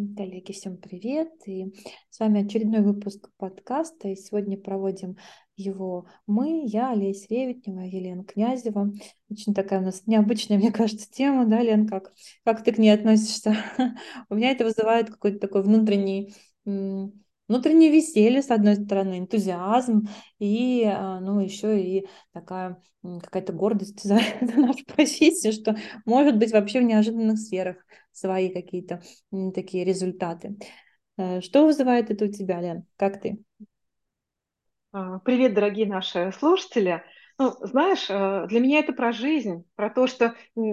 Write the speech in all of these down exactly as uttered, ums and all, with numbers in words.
Коллеги, всем привет! И с вами очередной выпуск подкаста. И сегодня проводим его мы, я, Олеся Реветнева, Елена Князева. Очень такая у нас необычная, мне кажется, тема, да, Лен, как, как ты к ней относишься? У меня это вызывает какой-то такой внутренний, м, внутреннее веселье, с одной стороны, энтузиазм, и, а, ну, еще и такая м, какая-то гордость за, за нашу профессию, что может быть вообще в неожиданных сферах свои какие-то м, такие результаты. Э, Что вызывает это у тебя, Лен? Как ты? А, Привет, дорогие наши слушатели. Ну, знаешь, э, для меня это про жизнь, про то, что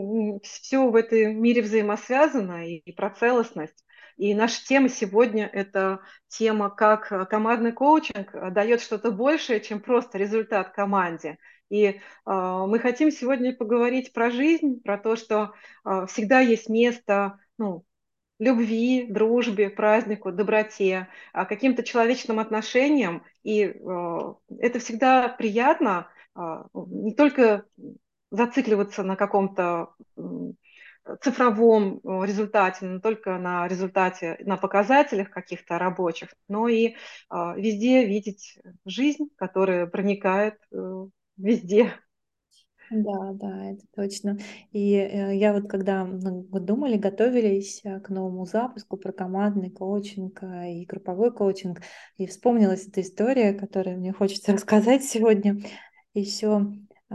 все в этом мире взаимосвязано и и про целостность. И наша тема сегодня – это тема, как э, командный коучинг э, дает что-то большее, чем просто результат команде. И э, мы хотим сегодня поговорить про жизнь, про то, что э, всегда есть место, ну, любви, дружбе, празднику, доброте, а, каким-то человечным отношениям. И э, это всегда приятно, а, не только зацикливаться на каком-то м, цифровом э, результате, не только на результате, на показателях каких-то рабочих, но и а, везде видеть жизнь, которая проникает э, везде. Да, да, это точно. И э, я вот когда мы вот думали, готовились э, к новому запуску про командный коучинг э, и групповой коучинг, и вспомнилась эта история, которую мне хочется рассказать сегодня. Еще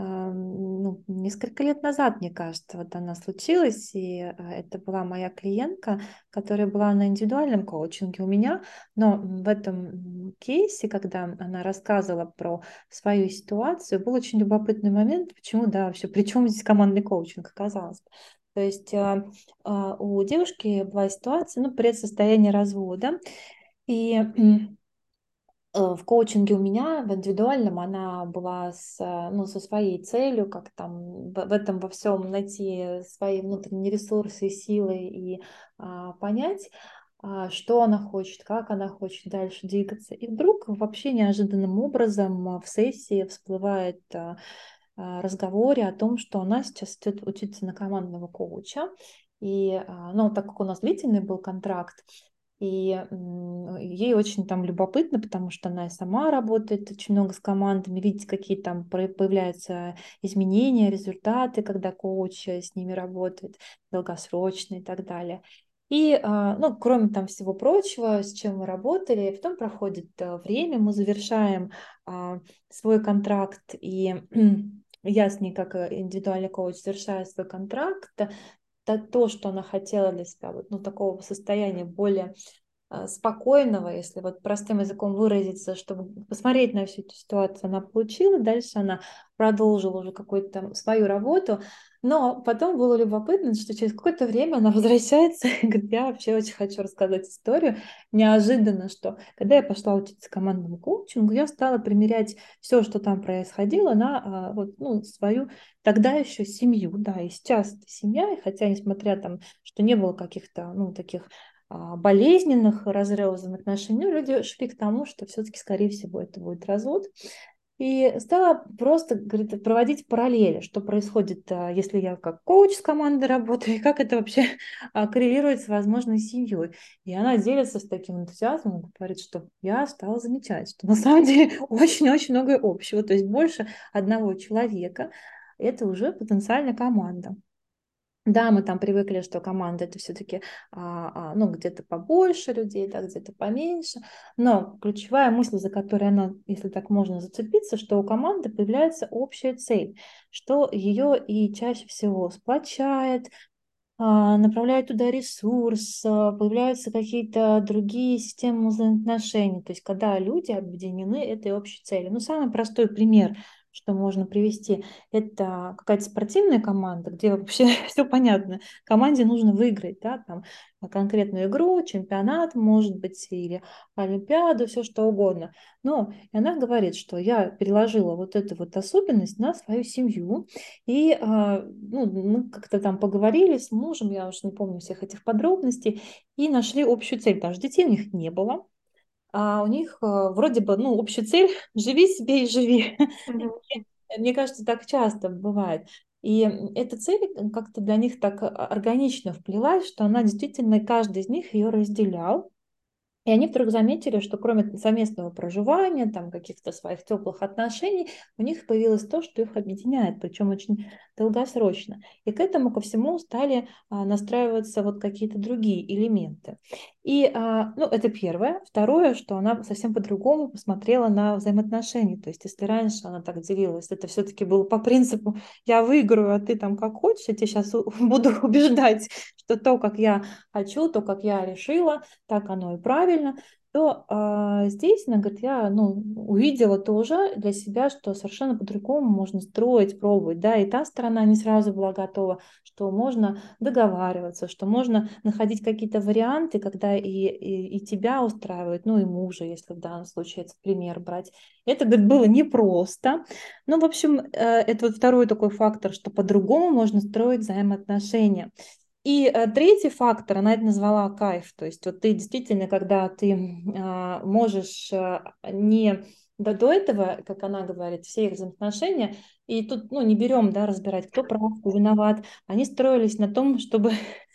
ну, несколько лет назад, мне кажется, вот она случилась, и э, это была моя клиентка, которая была на индивидуальном коучинге у меня, но в этом м, кейсе, когда она рассказывала про свою ситуацию, был очень любопытный момент, почему, да, вообще, при чем здесь командный коучинг оказался. То есть а, а, у девушки была ситуация, ну, предсостояние развода, и м, э, в коучинге у меня, в индивидуальном, она была с, э, ну, со своей целью, как там в, в этом во всем найти свои внутренние ресурсы, и силы и а, понять, а, что она хочет, как она хочет дальше двигаться. И вдруг вообще неожиданным образом а, в сессии всплывает а, а, разговоре о том, что она сейчас идет учиться на командного коуча. И, а, ну, так как у нас длительный был контракт, и м, ей очень там любопытно, потому что она и сама работает очень много с командами, видеть, какие там про- появляются изменения, результаты, когда коуч э, с ними работает, долгосрочно и так далее. И, а, ну, кроме там всего прочего, с чем мы работали, потом проходит э, время, мы завершаем а, свой контракт, и я с ней, как э, индивидуальный коуч, завершаю свой контракт, то, то, что она хотела для себя, вот, ну, такого состояния более а, спокойного, если вот простым языком выразиться, чтобы посмотреть на всю эту ситуацию, она получила, дальше она продолжила уже какую-то там свою работу, но потом было любопытно, что через какое-то время она возвращается и говорит, я вообще очень хочу рассказать историю. Неожиданно, что когда я пошла учиться командному коучингу, я стала примерять все, что там происходило, на а, вот, ну, свою тогда еще семью, да, и сейчас это семья, и хотя, несмотря там, что не было каких-то, ну, таких а, болезненных разрывов взаимоотношений, ну, люди шли к тому, что все-таки, скорее всего, это будет развод. И стала просто, говорит, проводить параллели, что происходит, а, если я как коуч с командой работаю, и как это вообще а, коррелирует с возможной семьей. И она делится с таким энтузиазмом, говорит, что я стала замечать, что на самом деле очень-очень многое общего, то есть больше одного человека, это уже потенциальная команда. Да, мы там привыкли, что команда это все-таки а, а, ну, где-то побольше людей, да, где-то поменьше. Но ключевая мысль, за которой она, если так можно зацепиться, что у команды появляется общая цель, что ее и чаще всего сплочает, а, направляет туда ресурс, а, появляются какие-то другие системы взаимоотношений. То есть, когда люди объединены этой общей целью. Ну, самый простой пример, что можно привести, это какая-то спортивная команда, где вообще все понятно. Команде нужно выиграть, да, там, конкретную игру, чемпионат, может быть, или олимпиаду, все что угодно. Но и она говорит, что я переложила вот эту вот особенность на свою семью, и а, ну, мы как-то там поговорили с мужем, я уже не помню всех этих подробностей, и нашли общую цель, потому что детей у них не было. А у них а, вроде бы, ну, общая цель – живи себе и живи. Мгм. Мне кажется, так часто бывает. И эта цель как-то для них так а, органично вплелась, что она действительно, каждый из них ее разделял. И они вдруг заметили, что кроме совместного проживания, там каких-то своих теплых отношений, у них появилось то, что их объединяет, причем очень долгосрочно. И к этому ко всему стали а, настраиваться вот какие-то другие элементы. И, а, ну, это первое. Второе, что она совсем по-другому посмотрела на взаимоотношения. То есть, если раньше она так делилась, это все-таки было по принципу «я выиграю, а ты там как хочешь, я тебя сейчас буду убеждать, что то, как я хочу, то, как я решила, так оно и правильно», то а, здесь она говорит, я ну, увидела тоже для себя, что совершенно по-другому можно строить, пробовать, да, и та сторона не сразу была готова, что можно договариваться, что можно находить какие-то варианты, когда и, и, и тебя устраивает, ну и мужа, если в данном случае этот пример брать. Это, говорит, было непросто. Ну, в общем, э, это вот второй такой фактор, что по-другому можно строить взаимоотношения. И э, третий фактор, она это назвала кайф. То есть вот ты действительно, когда ты э, можешь э, не до, до этого, как она говорит, все их взаимоотношения, и тут ну, не берем, да, разбирать, кто прав, кто виноват, они строились на том, чтобы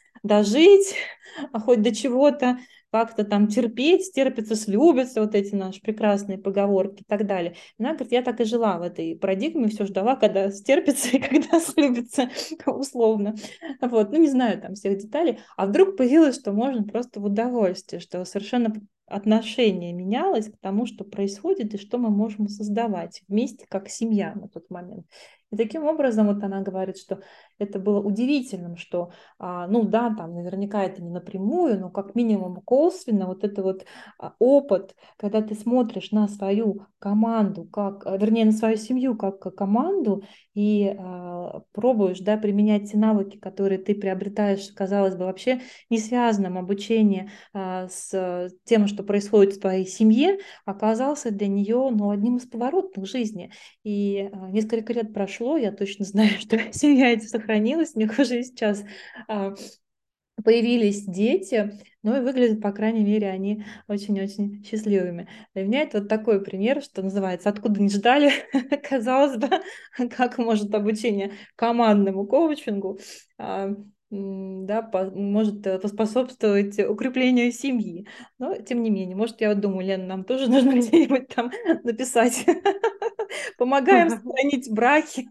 дожить, а хоть до чего-то, как-то там терпеть, стерпится, слюбится, вот эти наши прекрасные поговорки и так далее. Она говорит, я так и жила в этой парадигме, все ждала, когда стерпится и когда слюбится, условно. Вот, ну не знаю там всех деталей. А вдруг появилось, что можно просто в удовольствие, что совершенно отношение менялось к тому, что происходит и что мы можем создавать вместе как семья на тот момент. И таким образом вот она говорит, что это было удивительным, что, а, ну да, там наверняка это не напрямую, но как минимум косвенно вот это вот а, опыт, когда ты смотришь на свою команду, как, а, вернее, на свою семью как команду и а, пробуешь, да, применять те навыки, которые ты приобретаешь, казалось бы, вообще не связанном обучении а, с тем, что происходит в твоей семье, оказался для нее, ну, одним из поворотных жизни. И а, несколько лет прошло, я точно знаю, что семья эта сохранилась, у них уже сейчас а, появились дети, ну и выглядят, по крайней мере, они очень-очень счастливыми. Для меня это вот такой пример, что называется, откуда не ждали, казалось бы, как может обучение командному коучингу а, м, да, по- может э, поспособствовать укреплению семьи. Но, тем не менее, может, я вот думаю, Лена, нам тоже нужно где-нибудь там написать. Помогаем сохранить браки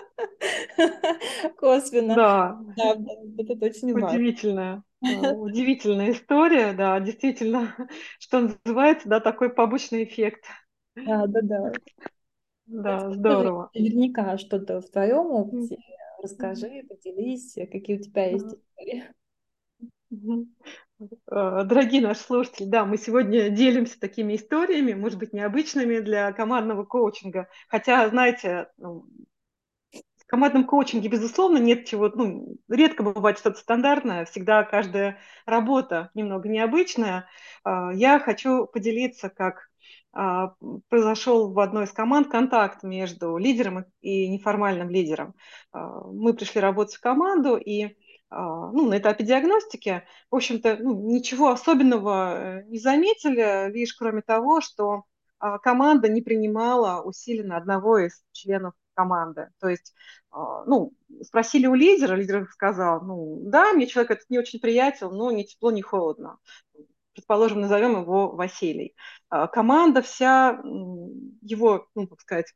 косвенно. Да, Да, да, это очень важно. удивительная, э, удивительная история, да, действительно, что называется, да, такой побочный эффект. Да, да, да. Да, Тоже здорово. наверняка что-то в твоем М, опыте. м, Расскажи, поделись, какие у тебя есть да, истории. мгм. Э, Дорогие наши слушатели, да, мы сегодня делимся такими историями, может быть, необычными для командного коучинга. Хотя, знаете, ну, в командном коучинге, безусловно, нет чего, ну, редко бывает что-то стандартное, всегда каждая работа немного необычная. А, Я хочу поделиться, как а, произошел в одной из команд контакт между лидером и неформальным лидером. А, Мы пришли работать в команду, и а, ну, на этапе диагностики, в общем-то, ну, ничего особенного э, не заметили, лишь кроме того, что а, команда не принимала усиленно одного из членов команды. То есть а, ну, спросили у лидера, лидер сказал, ну, да, мне человек этот не очень приятен, но ни тепло, ни холодно. Предположим, назовем его Василий. А, Команда вся его, ну, так сказать,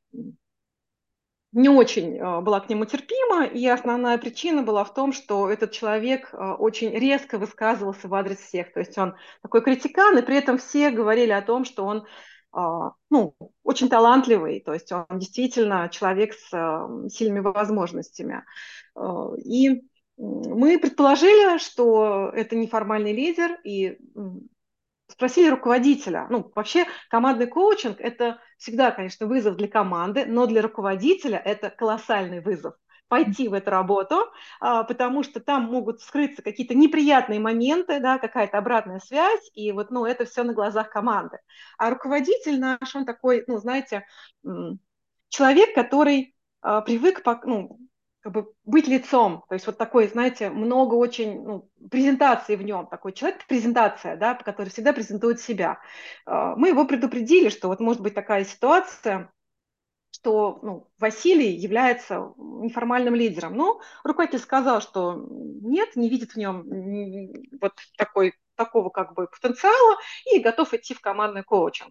не очень а, была к нему терпима, и основная причина была в том, что этот человек а, очень резко высказывался в адрес всех. То есть он такой критикан, и при этом все говорили о том, что он а, ну, очень талантливый, то есть он действительно человек с а, сильными возможностями. А, И мы предположили, что это неформальный лидер, и спросили руководителя. Ну, вообще командный коучинг– это всегда, конечно, вызов для команды, но для руководителя это колоссальный вызов пойти в эту работу, а, потому что там могут скрыться какие-то неприятные моменты, да, какая-то обратная связь, и вот, ну, это все на глазах команды. А руководитель наш, он такой, ну, знаете, человек, который а, привык, ну, как бы быть лицом, то есть вот такой, знаете, много очень ну, презентации в нем, такой человек-презентация, да, который всегда презентует себя. Мы его предупредили, что вот может быть такая ситуация, что ну, Василий является неформальным лидером. Но руководитель сказал, что нет, не видит в нем вот такой, такого как бы потенциала и готов идти в командный коучинг.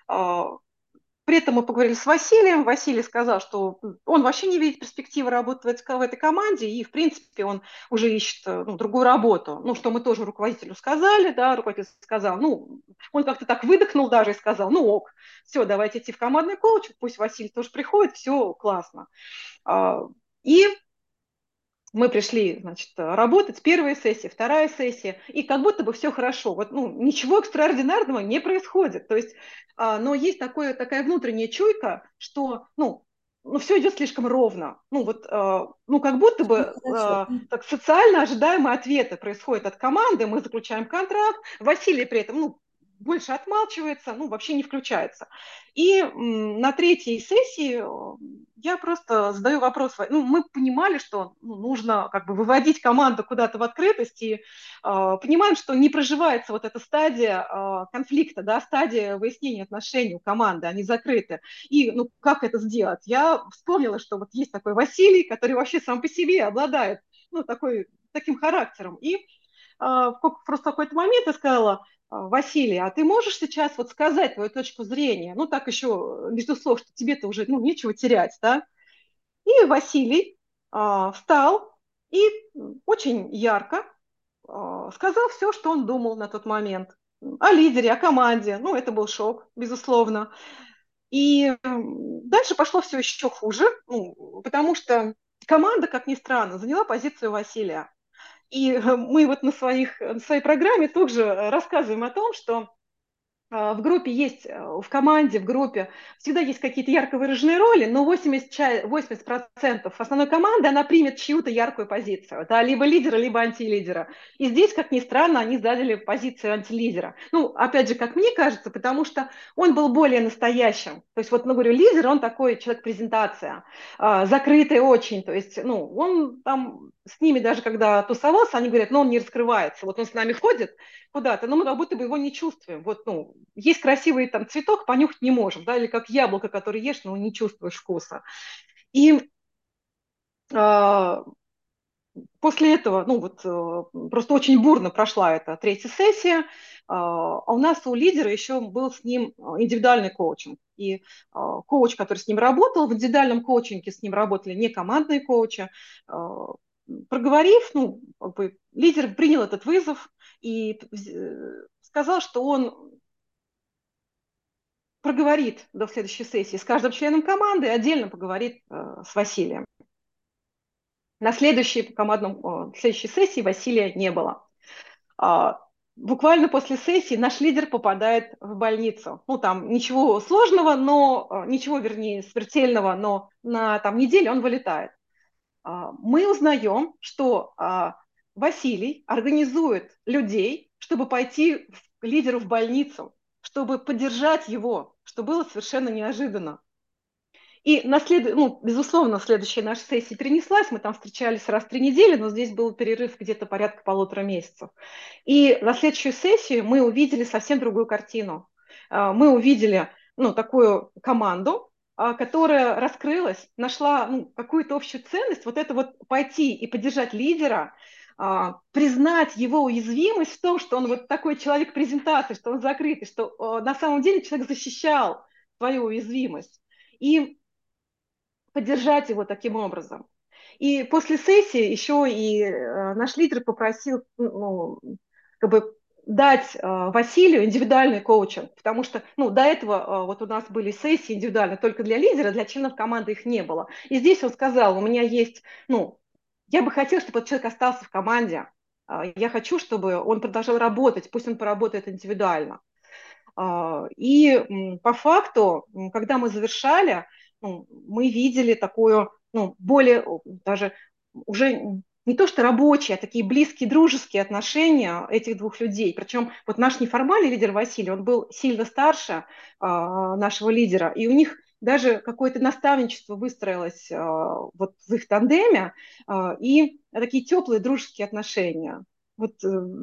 При этом мы поговорили с Василием. Василий сказал, что он вообще не видит перспективы работать в этой команде, и, в принципе, он уже ищет ну, другую работу. Ну, что мы тоже руководителю сказали, да, руководитель сказал, ну, он как-то так выдохнул даже и сказал, ну, ок, все, давайте идти в командный коучинг, пусть Василий тоже приходит, все классно. И мы пришли, значит, работать, первая сессия, вторая сессия, и как будто бы все хорошо. Вот, ну, ничего экстраординарного не происходит. То есть, а, но есть такое, такая внутренняя чуйка, что, ну, ну, все идет слишком ровно. Ну, вот, а, ну, как будто Ну, бы хорошо. а, так, социально ожидаемые ответы происходят от команды, мы заключаем контракт, Василий при этом, ну, больше отмалчивается, ну, вообще не включается. И м, на третьей сессии я просто задаю вопрос. Ну, мы понимали, что ну, нужно как бы выводить команду куда-то в открытость, и э, понимаем, что не проживается вот эта стадия э, конфликта, да, стадия выяснения отношений у команды, они закрыты. И ну, как это сделать? Я вспомнила, что вот есть такой Василий, который вообще сам по себе обладает ну, такой, таким характером. И э, просто в какой-то момент я сказала, Василий, а ты можешь сейчас вот сказать твою точку зрения? Ну, так еще между слов, что тебе-то уже ну, нечего терять, да? И Василий а, встал и очень ярко а, сказал все, что он думал на тот момент. О лидере, о команде. Ну, это был шок, безусловно. И дальше пошло все еще хуже, ну, потому что команда, как ни странно, заняла позицию Василия. И мы вот на, своих, на своей программе тоже рассказываем о том, что в группе есть, в команде, в группе всегда есть какие-то ярко выраженные роли, но восемьдесят, восемьдесят процентов основной команды, она примет чью-то яркую позицию, да, либо лидера, либо антилидера. И здесь, как ни странно, они заняли позицию антилидера. Ну, опять же, как мне кажется, потому что он был более настоящим. То есть, вот, ну, говорю, лидер, он такой человек-презентация, закрытый очень, то есть, ну, он там с ними даже когда тусовался, они говорят, ну, он не раскрывается. Вот он с нами ходит, куда-то, но мы как будто бы его не чувствуем. Вот, ну, есть красивый там цветок, понюхать не можем, да, или как яблоко, которое ешь, но не чувствуешь вкуса. И э, после этого, ну вот, э, просто очень бурно прошла эта третья сессия, э, а у нас у лидера еще был с ним индивидуальный коучинг. И э, коуч, который с ним работал, в индивидуальном коучинге с ним работали не командные коучи, э, проговорив, ну, как бы, лидер принял этот вызов и сказал, что он проговорит до следующей сессии с каждым членом команды и отдельно поговорит э, с Василием. На следующей, командном, э, следующей сессии Василия не было. А, буквально после сессии наш лидер попадает в больницу. Ну, там ничего сложного, но э, ничего, вернее, смертельного, но на там, неделю он вылетает. А, мы узнаем, что а, Василий организует людей, чтобы пойти к лидеру в больницу, чтобы поддержать его, что было совершенно неожиданно. И на след... ну, безусловно, следующая наша сессия перенеслась, мы там встречались раз в три недели, но здесь был перерыв где-то порядка полутора месяцев. И на следующую сессию мы увидели совсем другую картину. А, мы увидели ну, такую команду, а, которая раскрылась, нашла ну, какую-то общую ценность, вот это вот пойти и поддержать лидера, а, признать его уязвимость в том, что он вот такой человек презентации, что он закрытый, что а, на самом деле человек защищал свою уязвимость. И поддержать его таким образом. И после сессии еще и э, наш лидер попросил ну, как бы дать э, Василию индивидуальный коучинг, потому что ну, до этого э, вот у нас были сессии индивидуально только для лидера, для членов команды их не было. И здесь он сказал, у меня есть, ну, я бы хотел, чтобы этот человек остался в команде, э, я хочу, чтобы он продолжал работать, пусть он поработает индивидуально. И по факту, когда мы завершали, ну, мы видели такую, ну, более даже уже не то что рабочие, а такие близкие, дружеские отношения этих двух людей. Причем вот наш неформальный лидер Василий, он был сильно старше а, нашего лидера, и у них даже какое-то наставничество выстроилось а, вот в их тандеме, а, и такие теплые дружеские отношения. Вот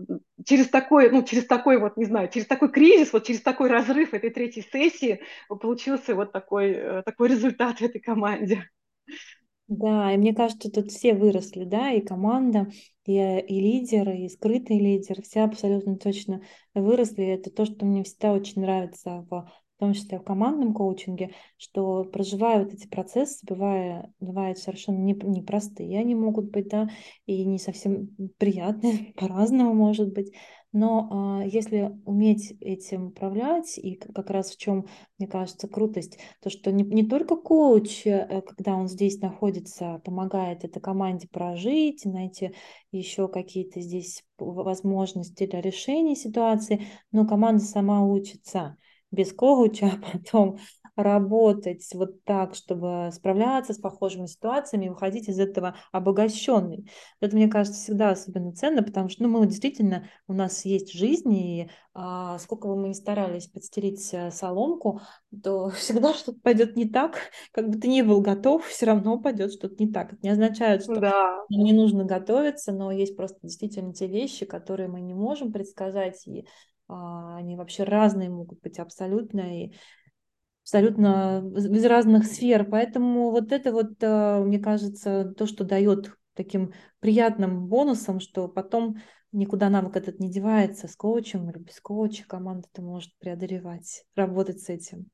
через такой, ну, через такой вот, не знаю, через такой кризис, вот через такой разрыв этой третьей сессии получился вот такой, э, такой результат в этой команде. Да, и мне кажется, тут все выросли, да, и команда, и, э, и лидеры, и скрытый лидер, все абсолютно точно выросли. Это то, что мне всегда очень нравится, в, в том числе в командном коучинге, что проживая вот эти процессы, бывая, бывают совершенно не- непростые, они могут быть, да, и не совсем приятные, по-разному может быть. Но а, если уметь этим управлять, и к- как раз в чем, мне кажется, крутость, то, что не, не только коуч, э, когда он здесь находится, помогает этой команде прожить, найти еще какие-то здесь возможности для решения ситуации, но команда сама учится без коуча, а потом работать вот так, чтобы справляться с похожими ситуациями и выходить из этого обогащенный. Это, мне кажется, всегда особенно ценно, потому что ну, мы вот действительно, у нас есть жизнь, и а, сколько бы мы ни старались подстереть э, соломку, то всегда что-то пойдет не так, как бы ты ни был готов, все равно пойдет что-то не так. Это не означает, что Да, нам не нужно готовиться, но есть просто действительно те вещи, которые мы не можем предсказать, и а, они вообще разные могут быть абсолютно, и абсолютно из из разных сфер. Поэтому вот это вот, а, мне кажется, то, что дает таким приятным бонусом, что потом никуда навык этот не девается, с коучем или без коуча команда это может преодолевать, работать с этим.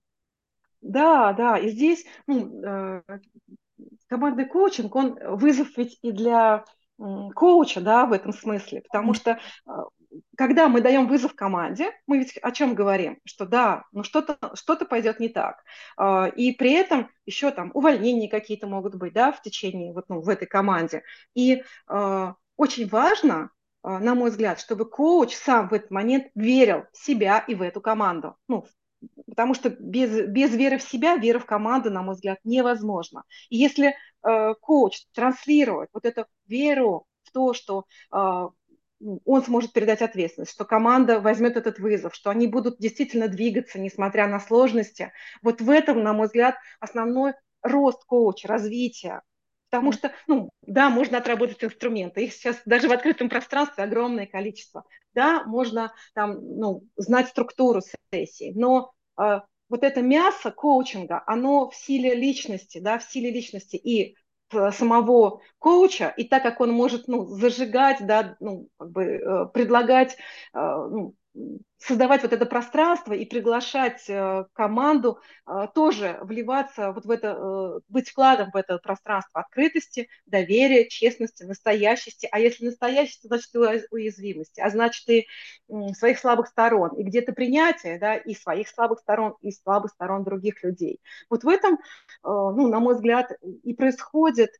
да, да. И здесь ну, э, командный коучинг, он вызов ведь и для м, коуча, да, в этом смысле, потому что э, когда мы даем вызов команде, мы ведь о чем говорим? Что да, ну что-то что-то пойдет не так. А, И при этом еще там увольнения какие-то могут быть, да, в течение, вот, ну, в этой команде. И э, очень важно, э, на мой взгляд, чтобы коуч сам в этот момент верил в себя и в эту команду. Ну, потому что без, без веры в себя, вера в команду, на мой взгляд, невозможно. И если э, коуч транслирует вот эту веру в то, что э, он сможет передать ответственность, что команда возьмет этот вызов, что они будут действительно двигаться, несмотря на сложности, вот в этом, на мой взгляд, основной рост коуча, развитие. Потому что, ну, да, можно отработать инструменты. Их сейчас даже в открытом пространстве огромное количество. Да, можно там, ну, знать структуру сессии, но э, вот это мясо коучинга, оно в силе личности, да, в силе личности и э, самого коуча, и так как он может, ну, зажигать, да, ну, как бы э, предлагать, э, ну, создавать вот это пространство и приглашать э, команду э, тоже вливаться вот в это, э, быть вкладом в это пространство открытости, доверия, честности, настоящести. А если настоящести, значит и уязвимости, а значит и м, своих слабых сторон, и где-то принятие, да, и своих слабых сторон, и слабых сторон других людей. Вот в этом, э, ну, на мой взгляд, и происходит,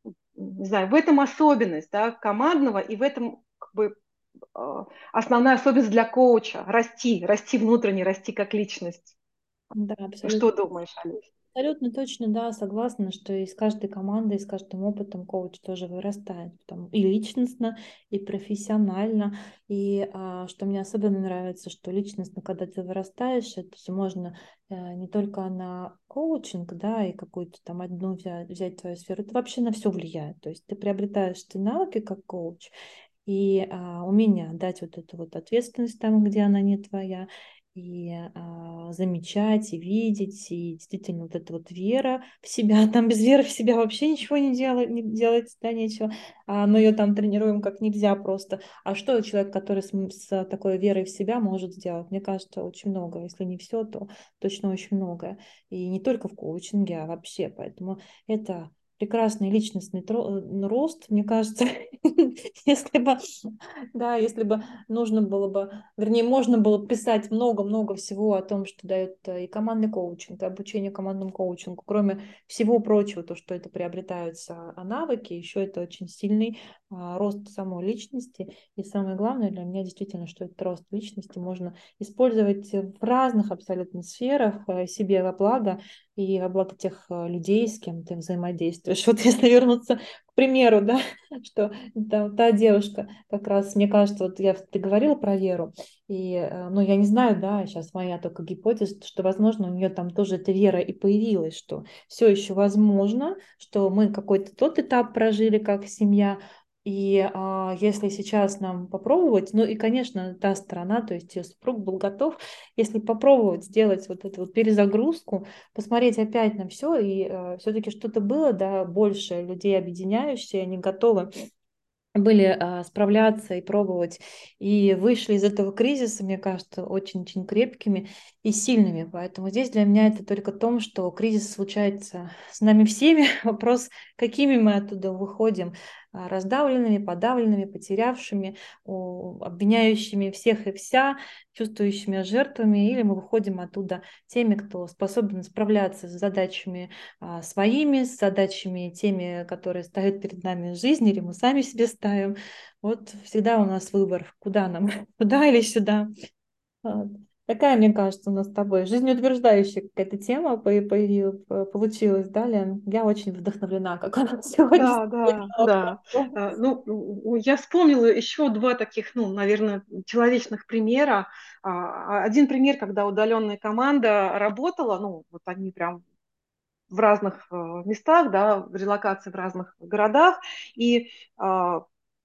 не знаю, в этом особенность, да, командного, и в этом как бы э, основная особенность для коуча – расти, расти внутренне, расти как личность. Да, Что абсолютно. думаешь, Олесь? Абсолютно точно, да, согласна, что из каждой команды, с каждым опытом коуч тоже вырастает, потому и личностно, и профессионально. И а, что мне особенно нравится, что личностно, когда ты вырастаешь, это же можно э, не только на коучинг, да, и какую-то там одну взять, взять твою сферу, это вообще на все влияет. То есть ты приобретаешь ты навыки как коуч, и а, умение дать вот эту вот ответственность там, где она не твоя, и а, замечать, и видеть, и действительно вот эта вот вера в себя, там без веры в себя вообще ничего не делать, не делать, да, нечего, а, мы ее там тренируем как нельзя просто. А что человек, который с, с такой верой в себя может сделать? Мне кажется, очень много, если не все, то точно очень многое, и не только в коучинге, а вообще, поэтому это прекрасный личностный тро- э, рост, мне кажется, если бы, да, если бы нужно было бы, вернее, можно было писать много-много всего о том, что дает э, и командный коучинг, и обучение командному коучингу, кроме всего прочего, то, что это приобретаются а, навыки, еще это очень сильный а, рост самой личности, и самое главное для меня действительно, что этот рост личности можно использовать в разных абсолютно сферах э, себе во благо и во благо тех э, людей, с кем ты взаимодействуешь. Вот если вернуться к примеру, да, что та, та девушка, как раз, мне кажется, вот я, ты говорила про Веру, и, э, ну, я не знаю, да, сейчас моя только гипотеза, что, возможно, у нее там тоже эта вера и появилась, что все еще возможно, что мы какой-то тот этап прожили как семья, И а, если сейчас нам попробовать, ну и, конечно, та сторона, то есть ее супруг был готов, если попробовать сделать вот эту вот перезагрузку, посмотреть опять на все, и все-таки что-то было, да, больше людей объединяющее, они готовы были а, справляться и пробовать, и вышли из этого кризиса, мне кажется, очень-очень крепкими и сильными. Поэтому здесь для меня это только в том, что кризис случается с нами всеми. Вопрос, какими мы оттуда выходим, а, раздавленными, подавленными, потерявшими, о, обвиняющими всех и вся, чувствующими жертвами, или мы выходим оттуда теми, кто способен справляться с задачами а, своими, с задачами теми, которые ставят перед нами жизнь, или мы сами себе ставим. Вот всегда у нас выбор, куда нам, туда или сюда. Вот. Такая, мне кажется, у нас с тобой жизнеутверждающая какая-то тема по- по- получилась, да, Лен? Я очень вдохновлена, как у нас сегодня с Да, тобой да, много да. прошло. Э, Ну, у- я вспомнила еще два таких, ну, наверное, человечных примера. А, Один пример, когда удаленная команда работала, ну, вот они прям в разных э, местах, да, в релокации в разных городах, и а,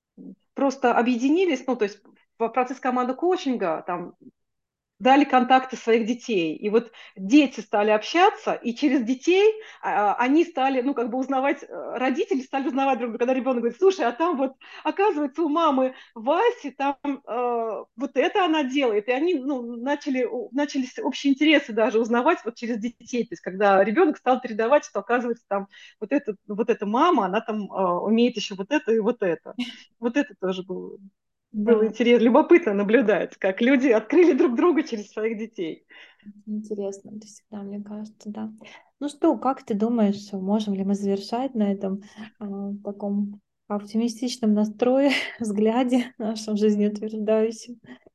просто объединились, ну, то есть в процесс команды коучинга там дали контакты своих детей. И вот дети стали общаться, и через детей а, они стали, ну, как бы узнавать, э, родители стали узнавать друг друга, когда ребенок говорит, слушай, а там вот, оказывается, у мамы Васи, там э, вот это она делает. И они, ну, начали, начались общие интересы даже узнавать вот через детей. То есть когда ребенок стал передавать, что, оказывается, там вот, это, вот эта мама, она там э, умеет еще вот это и вот это. Вот это тоже было было Да, интересно, любопытно наблюдать, как люди открыли друг друга через своих детей. интересно, это всегда, мне кажется, да. Ну что, как ты думаешь, можем ли мы завершать на этом а, таком оптимистичном настрое, взгляде нашем жизнеутверждающем?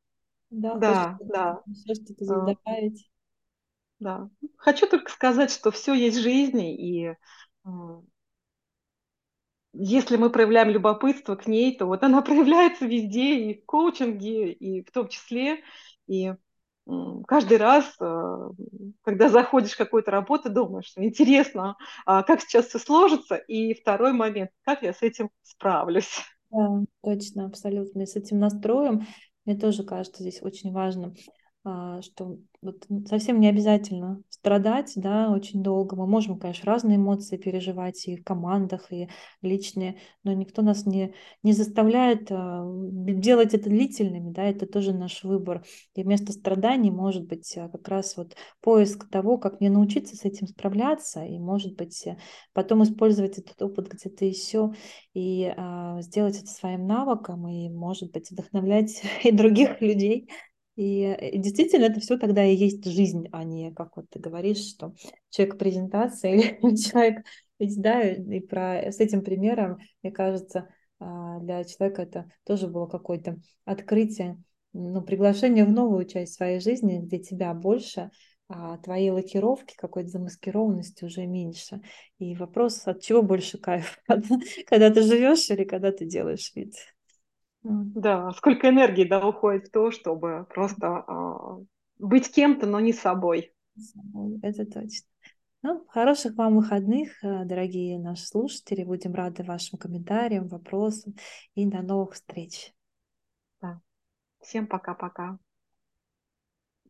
Да, хочешь Да, да, еще что-то здесь э, добавить? да. Хочу только сказать, что все есть в жизни, и э, если мы проявляем любопытство к ней, то вот она проявляется везде, и в коучинге, и в том числе. И м, каждый раз, э, когда заходишь в какую-то работу, думаешь, что интересно, а как сейчас все сложится, и второй момент, как я с этим справлюсь. Да, точно, абсолютно. И с этим настроем мне тоже кажется здесь очень важно, а, что вот совсем не обязательно страдать, да, очень долго. Мы можем, конечно, разные эмоции переживать и в командах, и личные, но никто нас не, не заставляет а, делать это длительными, да, это тоже наш выбор. И вместо страданий может быть а, как раз вот поиск того, как мне научиться с этим справляться, и, может быть, э, потом использовать этот опыт где-то еще и а, сделать это своим навыком и, может быть, вдохновлять и других людей. И э, действительно, это все тогда и есть жизнь, а не, как вот ты говоришь, что человек презентация или человек, ведь, да, и про, с этим примером, мне кажется, а, для человека это тоже было какое-то открытие, ну, приглашение в новую часть своей жизни, где тебя больше, а твои лакировки, какой-то замаскированности уже меньше. И вопрос, от чего больше кайф? Когда ты живешь или когда ты делаешь вид? Вот. Да, сколько энергии, да, уходит в то, чтобы просто а, быть кем-то, но не собой. Это точно. Ну, хороших вам выходных, э, дорогие наши слушатели. Будем рады вашим комментариям, вопросам и до новых встреч. Да. Всем пока-пока.